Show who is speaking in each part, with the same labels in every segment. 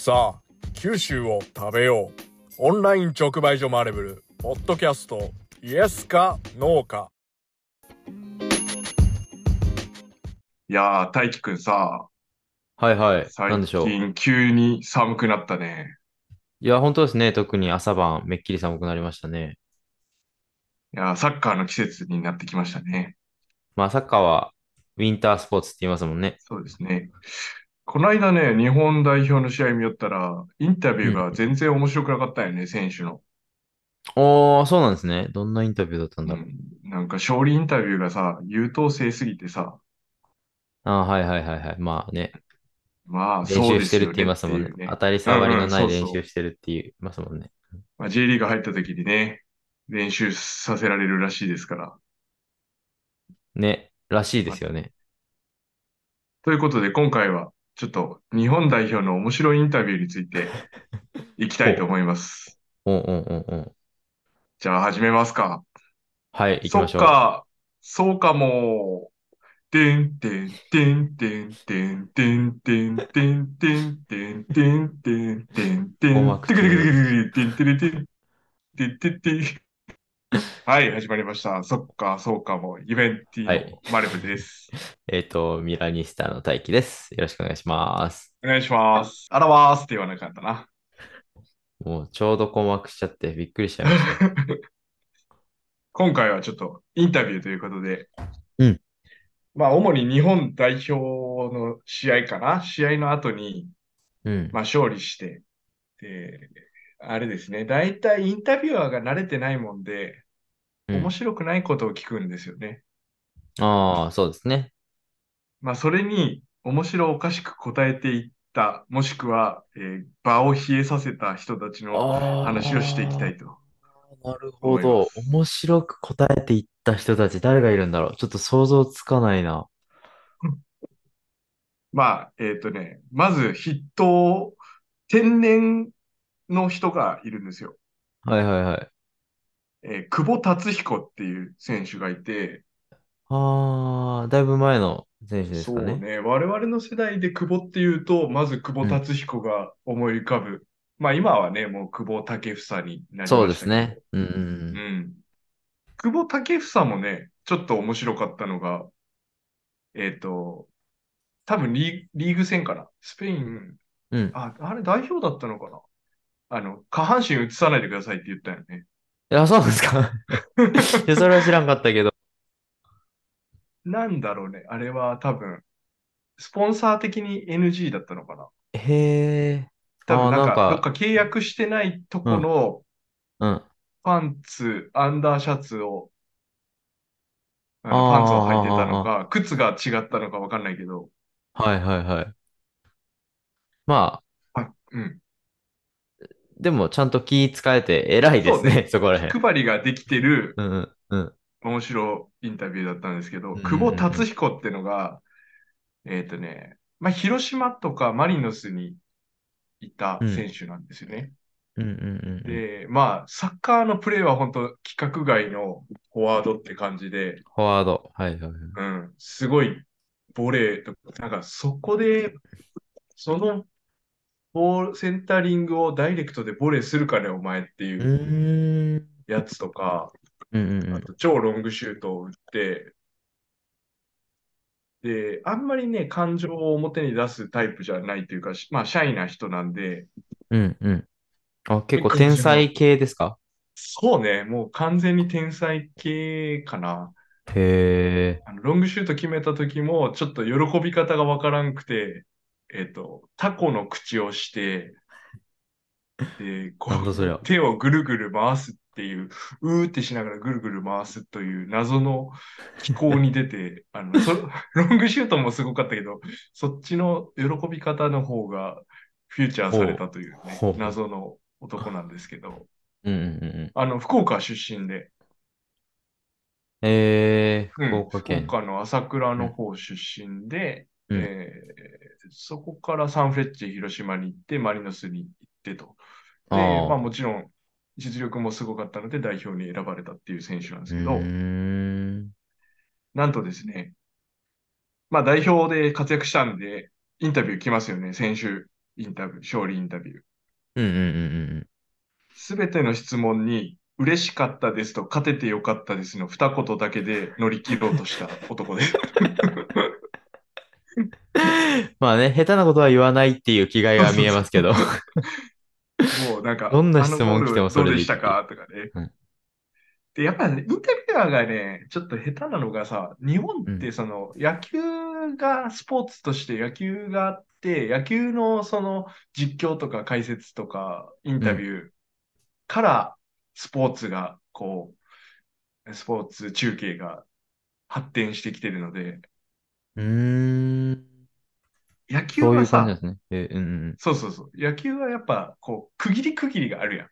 Speaker 1: さあ、九州を食べよう。オンライン直売所マレブル、ポッドキャスト、イエスかノーか。いやー、大輝くんさ、
Speaker 2: はいはい。なん
Speaker 1: 最
Speaker 2: でしょ
Speaker 1: 近急に寒くなったね。
Speaker 2: う。いや、本当ですね。特に朝晩めっきり寒くなりましたね。
Speaker 1: いやー、サッカーの季節になってきましたね。
Speaker 2: まあ、サッカーはウィンタースポーツって言いますもんね。
Speaker 1: そうですね。この間ね、日本代表の試合見よったら、インタビュー
Speaker 2: うん。
Speaker 1: が全然面白くなかったよね、選手の。
Speaker 2: おー、そうなんですね。どんなインタビューだったんだろ
Speaker 1: うん。なんか勝利インタビューがさ、優等生すぎてさ、
Speaker 2: う。あー、はいはいはいはい。まあね。
Speaker 1: まあ
Speaker 2: 練
Speaker 1: そうで
Speaker 2: 習してるって言い
Speaker 1: すよねっ
Speaker 2: ますもんね。
Speaker 1: ていうね。
Speaker 2: 当たり
Speaker 1: うんうん、
Speaker 2: 障りのない練習
Speaker 1: そうそう。
Speaker 2: してるって言いますもんね。
Speaker 1: まあ、J リーグ入った時にね、練習させられるらしいですから。
Speaker 2: ね。らしいで
Speaker 1: まあ、
Speaker 2: すよね。
Speaker 1: ということで今回はちょっと日本代表の面白いインタビューについていきたいと
Speaker 2: ほう。
Speaker 1: 思います。
Speaker 2: おんおんおんおん。
Speaker 1: じゃあ始めますか。
Speaker 2: はい、行き
Speaker 1: そ
Speaker 2: ましょ
Speaker 1: っか、そうかも。てんてんてんてんてんてんてんてんてんてんてんてんてんて
Speaker 2: う。
Speaker 1: んてくるくるく
Speaker 2: 中。
Speaker 1: るくるてんてるてんてんてんてん。はい、始まりました。そっか、そうかも。ユベンティ
Speaker 2: はい。
Speaker 1: のマルブです。
Speaker 2: ミラニスタの大輝です。よろしくお願いします。
Speaker 1: お願いします。あらわーすって言わなかったな。
Speaker 2: もうちょうど困惑しちゃってびっくりしちゃいましたよ。
Speaker 1: 今回はちょっとインタビューということで、
Speaker 2: うん。
Speaker 1: まあ主に日本代表の試合かな。試合の後に、
Speaker 2: うん。
Speaker 1: まあ勝利して、で、あれですね。大体インタビュアーが慣れてないもんで、面
Speaker 2: うん。
Speaker 1: 白くないことを聞くんですよね。
Speaker 2: ああ、そうですね。
Speaker 1: まあそれに面白おかしく答えていった、もしくは、場を冷えさせた人たちの話をしていきた
Speaker 2: あ
Speaker 1: いと
Speaker 2: あ、なるほ
Speaker 1: 思いま
Speaker 2: ど。
Speaker 1: す。
Speaker 2: 面白く答えていった人たち誰がいるんだろう。ちょっと想像つかないな。
Speaker 1: まあ、まず筆頭、天然の人がいるんですよ。
Speaker 2: はいはいはい。
Speaker 1: 久保達彦っていう選手がいて、
Speaker 2: ああ、だいぶ前の選手ですかね。
Speaker 1: そうね、我々の世代で久保っていうと、まず久保
Speaker 2: うん。
Speaker 1: 達彦が思い浮かぶ。まあ今はね、もう久保建英になり
Speaker 2: そう
Speaker 1: ま
Speaker 2: ですね。
Speaker 1: したけど、
Speaker 2: うんうん
Speaker 1: うん。久保建英もね、ちょっと面白かったのが、えっと、多分リーグ戦かな。スペイン、
Speaker 2: うん。うん。
Speaker 1: あれ代表だったのかな。下半身映さないでくださいって言ったよね。
Speaker 2: いや、そうなんですか。いや、それは知らんかったけど。
Speaker 1: なんだろうね。あれは多分、スポンサー的に NG だったのかな。
Speaker 2: へえ。ああ、
Speaker 1: 多分なんか、どっ
Speaker 2: なんか、
Speaker 1: か契約してないと
Speaker 2: うん、
Speaker 1: この
Speaker 2: うん。あ
Speaker 1: パンツ、アンダーシャツを、
Speaker 2: あ、
Speaker 1: パンツを履いてたの
Speaker 2: あ
Speaker 1: か、靴が違ったのかわかんないけど、
Speaker 2: あ、はいはいはい。まあ、
Speaker 1: あ、うん。
Speaker 2: でもちゃんと気使えて偉いで
Speaker 1: そうね。
Speaker 2: すね、そこらへん。
Speaker 1: 気配りができてる
Speaker 2: うん、うん、
Speaker 1: 面白いインタビューだったんですけど、
Speaker 2: うん、
Speaker 1: 久保
Speaker 2: うん、
Speaker 1: 達彦ってのが、まあ、広島とかマリノスにいた
Speaker 2: うん、うん、
Speaker 1: 選手なんですよね。
Speaker 2: うん、うん、うんうん。
Speaker 1: で、まあ、サッカーのプレーは本当規格外のフォワードって感じで、
Speaker 2: フォワード。はい、はい、はい。
Speaker 1: うん、すごいボレーとか、なんかそこで、そのセンタリングをダイレクトでボレーするかね、お前ってい
Speaker 2: う
Speaker 1: う
Speaker 2: ーん、
Speaker 1: やつとか、
Speaker 2: うん、うん、うん。
Speaker 1: あと超ロングシュートを打って、で、あんまりね、感情を表に出すタイプじゃないというか、まあ、シャイな人なんで、
Speaker 2: うんうんあ、結
Speaker 1: 結
Speaker 2: 構
Speaker 1: 構その、
Speaker 2: 天才系ですか？
Speaker 1: そうね、もう完全に天才系かな。
Speaker 2: へえ。
Speaker 1: ロングシュート決めた時も、ちょっと喜び方がわからんくて、タコの口をして、で、こう、
Speaker 2: なんだそりゃ。
Speaker 1: 手をぐるぐる回すっていう、うーってしながらぐるぐる回すという謎の機構に出て、ロングシュートもすごかったけど、そっちの喜び方の方がフューチャーされ
Speaker 2: ほう。
Speaker 1: たというね、
Speaker 2: ほうほう。
Speaker 1: 謎の男なんですけど、
Speaker 2: うんうんうんうん。
Speaker 1: 福岡出身で、
Speaker 2: 福
Speaker 1: うん、福
Speaker 2: 岡県。
Speaker 1: 岡の朝倉
Speaker 2: うん。
Speaker 1: の方出身で、
Speaker 2: うん。
Speaker 1: そこからサンフレッチェ広島に行って、マリノスに行ってと。で、まあ
Speaker 2: ああ。
Speaker 1: もちろん実力もすごかったので代表に選ばれたっていう選手なんで
Speaker 2: うー
Speaker 1: すけど、
Speaker 2: ん。
Speaker 1: なんとですね、まあ代表で活躍したんで、インタビュー来ますよね、先週。 勝利インタビュー。
Speaker 2: うんうんうんうん
Speaker 1: すべての質問に、嬉しかったですと、勝ててよかったですの二言だけで乗り切ろうとした男です。
Speaker 2: まあね、下手なことは言わないっていう気概
Speaker 1: そう
Speaker 2: は見
Speaker 1: そうそう。
Speaker 2: えますけど。
Speaker 1: もうなんか、
Speaker 2: どんな
Speaker 1: あのゴー
Speaker 2: 質問来てもそ
Speaker 1: ルどうで
Speaker 2: れでいくっていう。
Speaker 1: したかとかね。
Speaker 2: うん。
Speaker 1: で、やっぱね、インタビュアーがね、ちょっと下手なのがさ、日本っ
Speaker 2: うん。
Speaker 1: てその野球がスポーツとして野球があって、野球のその実況とか解説とかイン
Speaker 2: うん。
Speaker 1: タビューからスポーツがスポーツ中継が発展してきてるので、
Speaker 2: うーん。
Speaker 1: 野球
Speaker 2: そういう感じなん
Speaker 1: はさ、
Speaker 2: ですね。うんうんうん。
Speaker 1: そうそうそう、野球はやっぱ区切り区切りがあるやん。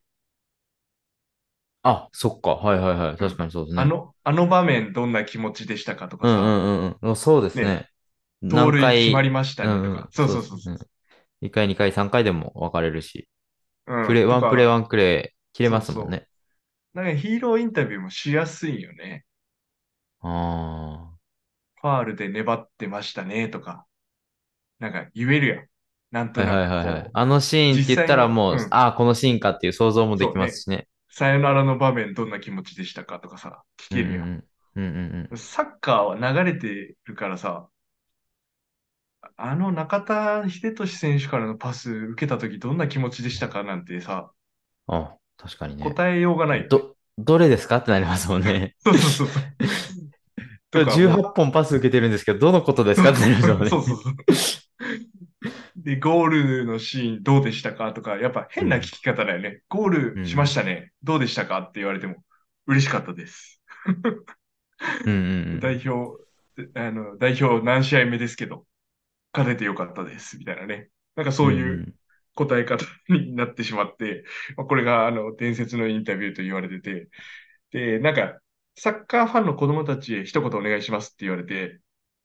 Speaker 2: あ、そっか。はいはいはい。
Speaker 1: うん。
Speaker 2: 確かにそうですね。
Speaker 1: あの場面どんな気持ちでしたかとか
Speaker 2: うんう
Speaker 1: さ、
Speaker 2: んうんうん。そうです
Speaker 1: ね、
Speaker 2: ね。何
Speaker 1: 盗塁決ま
Speaker 2: 回、
Speaker 1: りました
Speaker 2: うんうん。
Speaker 1: ねとか、そう
Speaker 2: そうですね。
Speaker 1: そうそうそ
Speaker 2: うん。2回、2回、3回でも分かれるし。
Speaker 1: う。うん、と
Speaker 2: ワンプレー、
Speaker 1: か、
Speaker 2: ワンプレー、切れ
Speaker 1: そうそ
Speaker 2: ますもんね。
Speaker 1: う。なんかヒーローインタビューもしやすいよね。
Speaker 2: あ
Speaker 1: ファールで粘ってましたねとか、なんか言えるやん。なん
Speaker 2: あ。はい
Speaker 1: となく
Speaker 2: はいはいはい。
Speaker 1: こう、
Speaker 2: あのシーンって言った
Speaker 1: 実際の、
Speaker 2: らもう、
Speaker 1: うん、
Speaker 2: ああ、このシーンかっていう想像もでき
Speaker 1: そうね、
Speaker 2: ますしね。
Speaker 1: さよならの場面どんな気持ちでしたかとかさ、聞
Speaker 2: うんう
Speaker 1: けるやん。
Speaker 2: んうん。うんうんうん。
Speaker 1: サッカーは流れてるからさ、あの中田英寿選手からのパス受けたときどんな気持ちでしたかなんてさ、
Speaker 2: あ、確かにね。
Speaker 1: 答えようがないよね。
Speaker 2: どれですかってなりますもんね。
Speaker 1: そうそうそうそう。とか
Speaker 2: 18
Speaker 1: も
Speaker 2: 本パス受けてるんですけど、どのことで
Speaker 1: う、
Speaker 2: すかってなりますもんね。
Speaker 1: そうそうそう。で、ゴールのシーンどうでしたかとか、やっぱ
Speaker 2: うん。
Speaker 1: 変な聞き方だよね。ゴールしまし
Speaker 2: うん。
Speaker 1: たね。どうでしたかって言われても、嬉しかったです。
Speaker 2: うんうん
Speaker 1: 代表何試合目ですけど、勝ててよかったです。みたいなね。なんか
Speaker 2: うん。
Speaker 1: そういう
Speaker 2: うん。
Speaker 1: 答え方になってしまって、まあこれが伝説のインタビューと言われてて、で、なんか、サッカーファンの子供たちへ一言お願いしますって言われて、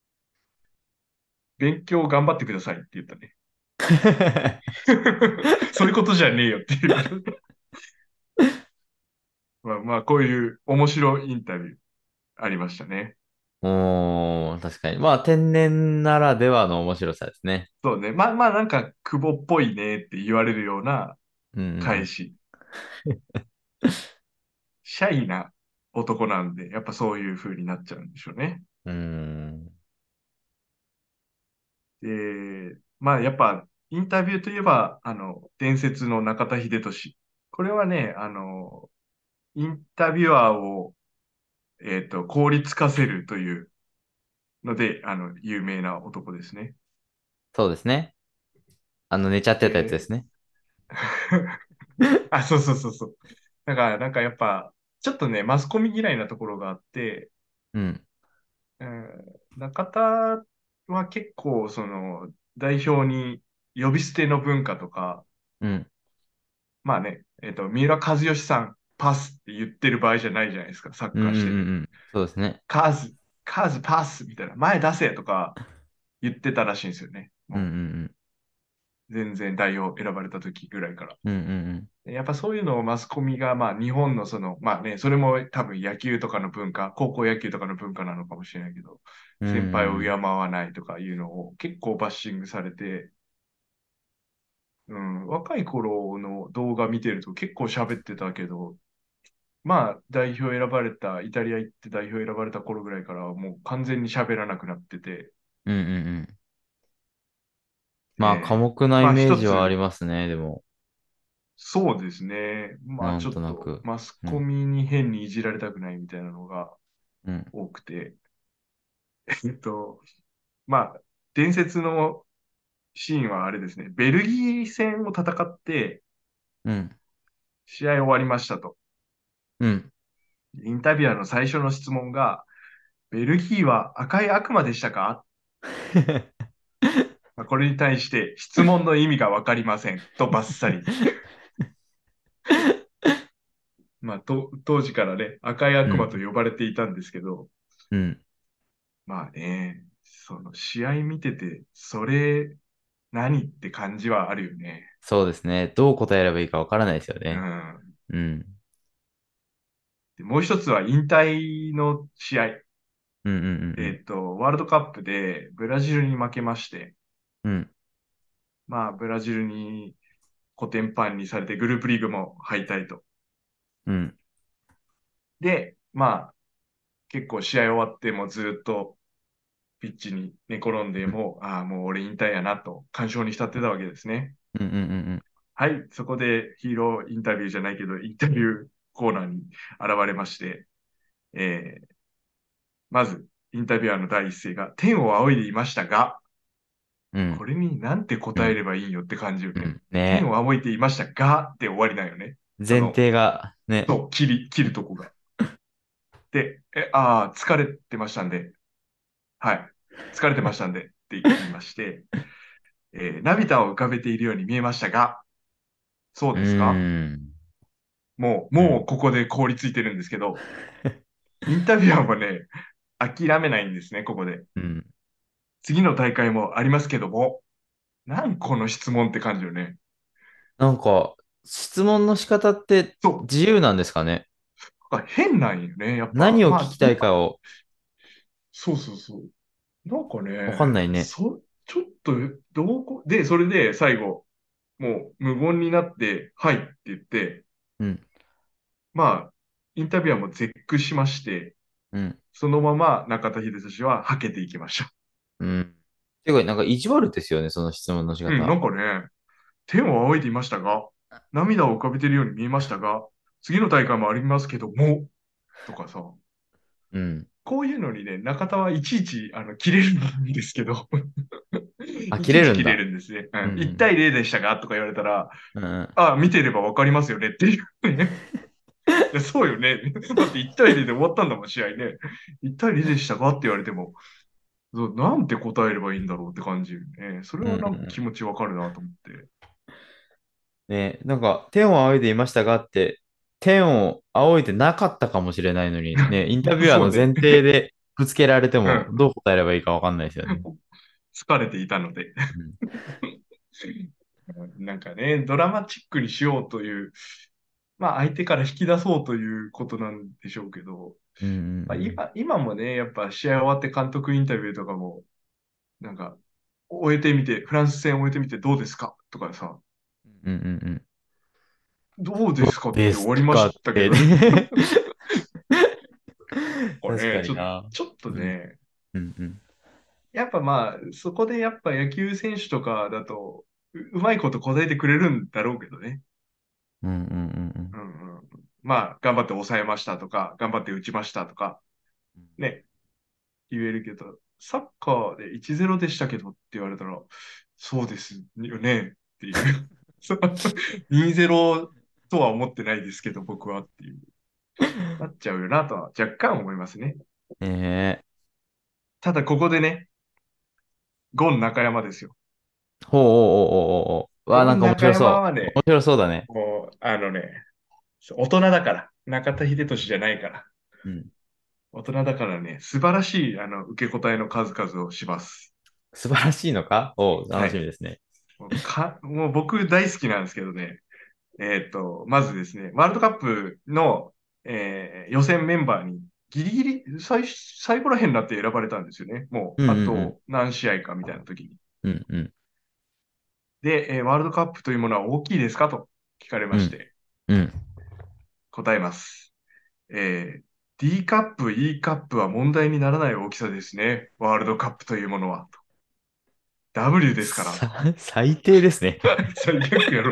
Speaker 1: 勉強頑張ってくださいって言ったね。そういうことじゃねえよっていうまあまあ、こういう面白いインタビューありましたね。
Speaker 2: おー、確かに。まあ、天然ならではの面白さですね。
Speaker 1: そうね。まあまあ、なんか、久保っぽいねって言われるような
Speaker 2: うんうん
Speaker 1: 返し。シャイな男なんで、やっぱそういう風になっちゃうんでしょうね。
Speaker 2: うん。うーん。
Speaker 1: で、まあ、やっぱ、インタビューといえば、伝説の中田英寿。これはね、インタビュアーを、効率化せるというので、有名な男ですね。
Speaker 2: そうですね。寝ちゃってたやつで
Speaker 1: で、
Speaker 2: すね。
Speaker 1: あ、そうそうそうそう。だから、なんかやっぱ、ちょっとね、マスコミ嫌いなところがあって、
Speaker 2: うん。
Speaker 1: 中田は結構、代表に呼び捨ての文化とか、
Speaker 2: うん。
Speaker 1: まあね、三浦知良さん、パスって言ってる場合じゃないじゃないですか、サッ
Speaker 2: うんうん
Speaker 1: カーしてて。
Speaker 2: うんうん。そうですね。
Speaker 1: カズパスみたいな、前出せとか言ってたらしいんですよね。
Speaker 2: うんう
Speaker 1: も
Speaker 2: ん
Speaker 1: う、全然代表選ばれた時ぐらいから。
Speaker 2: うん。うんうん
Speaker 1: やっぱそういうのをマスコミが、まあ日本のまあね、それも多分野球とかの文化、高校野球とかの文化なのかもしれないけど、
Speaker 2: うん。
Speaker 1: 先輩を敬
Speaker 2: うん。
Speaker 1: わないとかいうのを結構バッシングされて、うん、若い頃の動画見てると結構喋ってたけど、まあ代表選ばれた、イタリア行って代表選ばれた頃ぐらいからはもう完全に喋らなくなってて、
Speaker 2: うんうんうん。まあ、寡
Speaker 1: で、
Speaker 2: 黙なイ
Speaker 1: まあ
Speaker 2: メージはあり
Speaker 1: 一つ、
Speaker 2: ますね、でも。
Speaker 1: そうですね。まあ
Speaker 2: なん
Speaker 1: ちょっと
Speaker 2: となく。
Speaker 1: マス
Speaker 2: うん。
Speaker 1: コミに変にいじられたくないみたいなのが
Speaker 2: うん。
Speaker 1: 多くて、えっと、まあ、伝説のシーンはあれですね。ベルギー戦を戦って、
Speaker 2: うん。
Speaker 1: 試合終わりましたと。
Speaker 2: うん。
Speaker 1: インタビュアーの最初の質問が、ベルギーは赤い悪魔でしたか？まあこれに対して、質問の意味がわかりません。とバッサリ。まあ、当時からね、赤い悪魔と
Speaker 2: うん。
Speaker 1: 呼ばれていたんですけど、
Speaker 2: うん。
Speaker 1: まあね、その試合見てて、それ何って感じはあるよね。
Speaker 2: そうですね。どう答えればいいかわからないですよ
Speaker 1: う
Speaker 2: ね。
Speaker 1: ん。
Speaker 2: うん。
Speaker 1: でもう一つは引退の試合。
Speaker 2: うんうん
Speaker 1: ワールドカップでブラジルに負けまして、
Speaker 2: うんうん。うん。
Speaker 1: まあ、ブラジルにコテンパンにされてグループリーグも敗退と。
Speaker 2: うん。
Speaker 1: で、まあ、結構試合終わってもずっとピッチに寝転んでも、ああ、もう俺引退やなと、感傷に浸ってたわけですね。
Speaker 2: うんうんうん
Speaker 1: はい、そこでヒーローインタビューじゃないけど、インタビューコーナーに現れまして、えーまず、インタビュアーの第一声が、天を仰いでいましたが、
Speaker 2: うん。うん。
Speaker 1: これになんて
Speaker 2: うん。
Speaker 1: 答えればいいよって感じよね。
Speaker 2: うん。ね。
Speaker 1: 天を仰いでいましたが、って終わりなんよね。その、
Speaker 2: 前提が、ね。
Speaker 1: そう、切るとこが。で、疲れてましたんで、はい、疲れてましたんで、って言いまして、涙を浮かべているように見えましたが、そう
Speaker 2: う
Speaker 1: ですか？
Speaker 2: ーん。うん。
Speaker 1: もうここで凍りついてるんですけど、インタビュアーもね、諦めないんですね、ここで。
Speaker 2: うん。
Speaker 1: 次の大会もありますけども、この質問って感じよね。
Speaker 2: なんか、質問の仕方って
Speaker 1: そう、
Speaker 2: 自由なんですかね？
Speaker 1: 変なんよね。やっぱ、まあ、
Speaker 2: 何を聞きたいかを
Speaker 1: そうそうそう。なんか
Speaker 2: わかんな
Speaker 1: ね、
Speaker 2: いね。
Speaker 1: ちょっと、で、それで最後、もう無言になって、はいって言って、
Speaker 2: うん。
Speaker 1: まあ、インタビュアーも絶句しまして、
Speaker 2: うん。
Speaker 1: そのまま中田秀俊ははけていきました。
Speaker 2: うん。てか、なんか意地悪ですよね、その質問の仕
Speaker 1: うん、な
Speaker 2: 方。
Speaker 1: んかね、天を仰いでいましたが、涙を浮かべているように見えましたが、次の大会もありますけども、とかさ、
Speaker 2: うん。
Speaker 1: こういうのにね、中田はいちいち、切れるんですけど、
Speaker 2: あ、
Speaker 1: い
Speaker 2: 切
Speaker 1: ちいち切れ
Speaker 2: れるんだ。
Speaker 1: るんですね。うん、1
Speaker 2: うん。
Speaker 1: 対0でしたがとか言われたら、
Speaker 2: うん。
Speaker 1: 見てればわかりますよねっていうね。いやそうよね。だって1対0で終わったんだもん、試合ね。1対0でしたかって言われても、なんて答えればいいんだろうって感じよね。それ
Speaker 2: うん。う
Speaker 1: はなんか気
Speaker 2: ん。
Speaker 1: 持ちわかるなと思って。
Speaker 2: ね、なんか、天を仰いでいましたがって、天を仰いでなかったかもしれないのに、ね、インタビュアー
Speaker 1: そうね。
Speaker 2: の前提でぶつけられても、
Speaker 1: うん。
Speaker 2: どう答えればいいかわかんないですよね。
Speaker 1: 疲れていたので。
Speaker 2: うん。
Speaker 1: なんかね、ドラマチックにしようという、まあ相手から引き出そうということなんでしょうけど、
Speaker 2: うんう
Speaker 1: まあ、
Speaker 2: ん
Speaker 1: 今もね、やっぱ試合終わって監督インタビューとかも、なんか、終えてみて、フランス戦終えてみてどうですかとかさ、
Speaker 2: うん。うんうんうん。
Speaker 1: どうで
Speaker 2: どう
Speaker 1: すかっ
Speaker 2: です
Speaker 1: て終わりま
Speaker 2: かっ
Speaker 1: したけど、
Speaker 2: てね。
Speaker 1: こ
Speaker 2: 確
Speaker 1: れね、
Speaker 2: かにな。
Speaker 1: ちょっと
Speaker 2: うん。
Speaker 1: ね、
Speaker 2: うんうん。
Speaker 1: やっぱまあ、そこでやっぱ野球選手とかだと、うまいこと答えてくれるんだろうけどね。
Speaker 2: うんうんうん
Speaker 1: うんうん。まあ、頑張って抑えましたとか、頑張って打ちましたとか、
Speaker 2: うん。
Speaker 1: ね、言えるけど、サッカーで1-0でしたけどって言われたら、そうですよねっていう。そう2-0とは思ってないですけど、僕はっていう、なっちゃうよなとは若干思いますね。
Speaker 2: ねえ。
Speaker 1: ただここでね、ゴン中山ですよ。
Speaker 2: ほうおうおうおうおう。わあ、なんか面
Speaker 1: ゴン中
Speaker 2: 白そう。
Speaker 1: 山はね、
Speaker 2: 面白そうだね。
Speaker 1: もう、大人だから。中田秀俊じゃないから。
Speaker 2: うん。
Speaker 1: 大人だからね、素晴らしい、受け答えの数々をします。
Speaker 2: 素晴らしいのかおう、楽しみ
Speaker 1: はい。
Speaker 2: ですね。
Speaker 1: もう僕大好きなんですけどね。まずですね、ワールドカップの、予選メンバーにギリギリ最後ら辺になって選ばれたんですよね。もう、
Speaker 2: うんうんうん。
Speaker 1: あと何試合かみたいな時に。
Speaker 2: うんうん
Speaker 1: で、ワールドカップというものは大きいですかと聞かれ
Speaker 2: うん。
Speaker 1: まして、
Speaker 2: うん。
Speaker 1: 答えます。D カップ、E カップは問題にならない大きさですね。ワールドカップというものは。W ですからと。
Speaker 2: 最低ですね。
Speaker 1: 最悪やろ。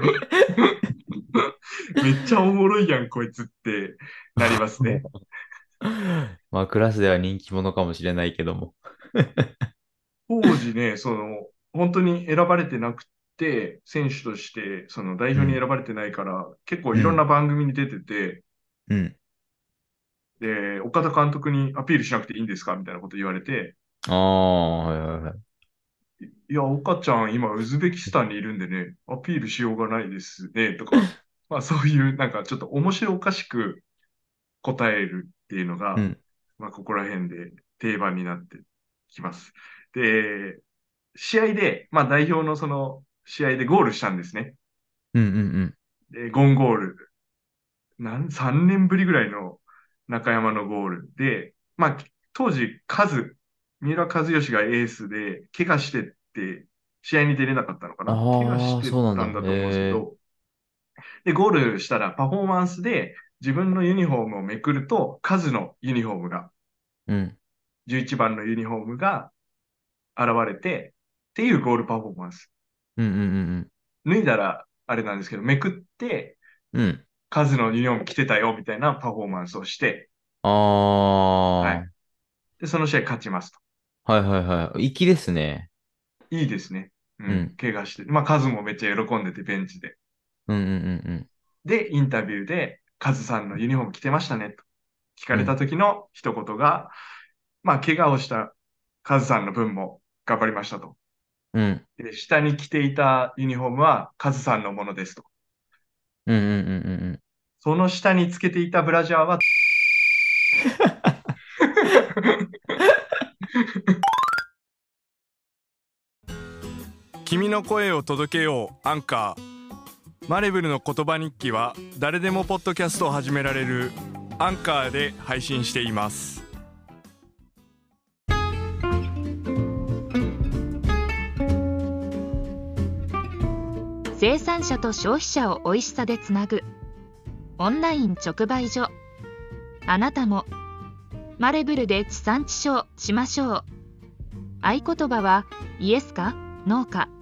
Speaker 1: めっちゃおもろいやん、こいつってなりますね。
Speaker 2: まあ、クラスでは人気者かもしれないけども。
Speaker 1: 当時ね、本当に選ばれてなくて、選手として、代表に
Speaker 2: うん。
Speaker 1: 選ばれてないから、結構いろんな
Speaker 2: うん。
Speaker 1: 番組に出てて、
Speaker 2: うん。
Speaker 1: で、岡田監督にアピールしなくていいんですかみたいなこと言われて、
Speaker 2: ああ、はいはいはい。
Speaker 1: いや、岡ちゃん、今、ウズベキスタンにいるんでね、アピールしようがないですね、とか、まあ、そういう、なんか、ちょっと面白おかしく答えるっていうのが、
Speaker 2: うん。
Speaker 1: まあ、ここら辺で定番になってきます。で、試合で、まあ、代表の試合でゴールしたんですね。
Speaker 2: うんうん
Speaker 1: で、ゴンゴール。3年ぶりぐらいの中山のゴールで、まあ、当時、三浦知良がエースで、怪我してって試合に出れなかったのかな。怪我し
Speaker 2: ああ、
Speaker 1: て
Speaker 2: そうなんだ。
Speaker 1: たんだと思うんですけ
Speaker 2: へえ。
Speaker 1: ど、で、ゴールしたらパフォーマンスで自分のユニフォームをめくると、カズのユニフォームが、
Speaker 2: うん。
Speaker 1: 11番のユニフォームが現れて、っていうゴールパフォーマンス。
Speaker 2: うんうん
Speaker 1: 脱いだら、あれなんですけど、めくって、
Speaker 2: うんうん。うん。
Speaker 1: カズのユニフォーム着てたよ、みたいなパフォーマンスをして、
Speaker 2: あ
Speaker 1: はい。
Speaker 2: あ。
Speaker 1: で、その試合勝ちますと。
Speaker 2: はいはいはい。粋ですね。
Speaker 1: いいですね。うん。
Speaker 2: うん。
Speaker 1: 怪我して。まあ、カズもめっちゃ喜んでて、ベンチで。
Speaker 2: うんうん
Speaker 1: で、インタビューで、カズさんのユニフォーム着てましたね、と聞か
Speaker 2: うんうん。
Speaker 1: れた時の一言が、まあ、怪我をしたカズさんの分も頑張りましたと。
Speaker 2: うん。うん
Speaker 1: で、下に着ていたユニフォームはカズさんのものですと。
Speaker 2: うんうんうんうん。
Speaker 1: その下につけていたブラジャーは君の声を届けようアンカー。マレブルの言葉日記は誰でもポッドキャストを始められるアンカーで配信しています。
Speaker 3: 生産者と消費者を美味しさでつなぐオンライン直売所。あなたもマレブルで地産地消しましょう。合言葉はイエスかノーか。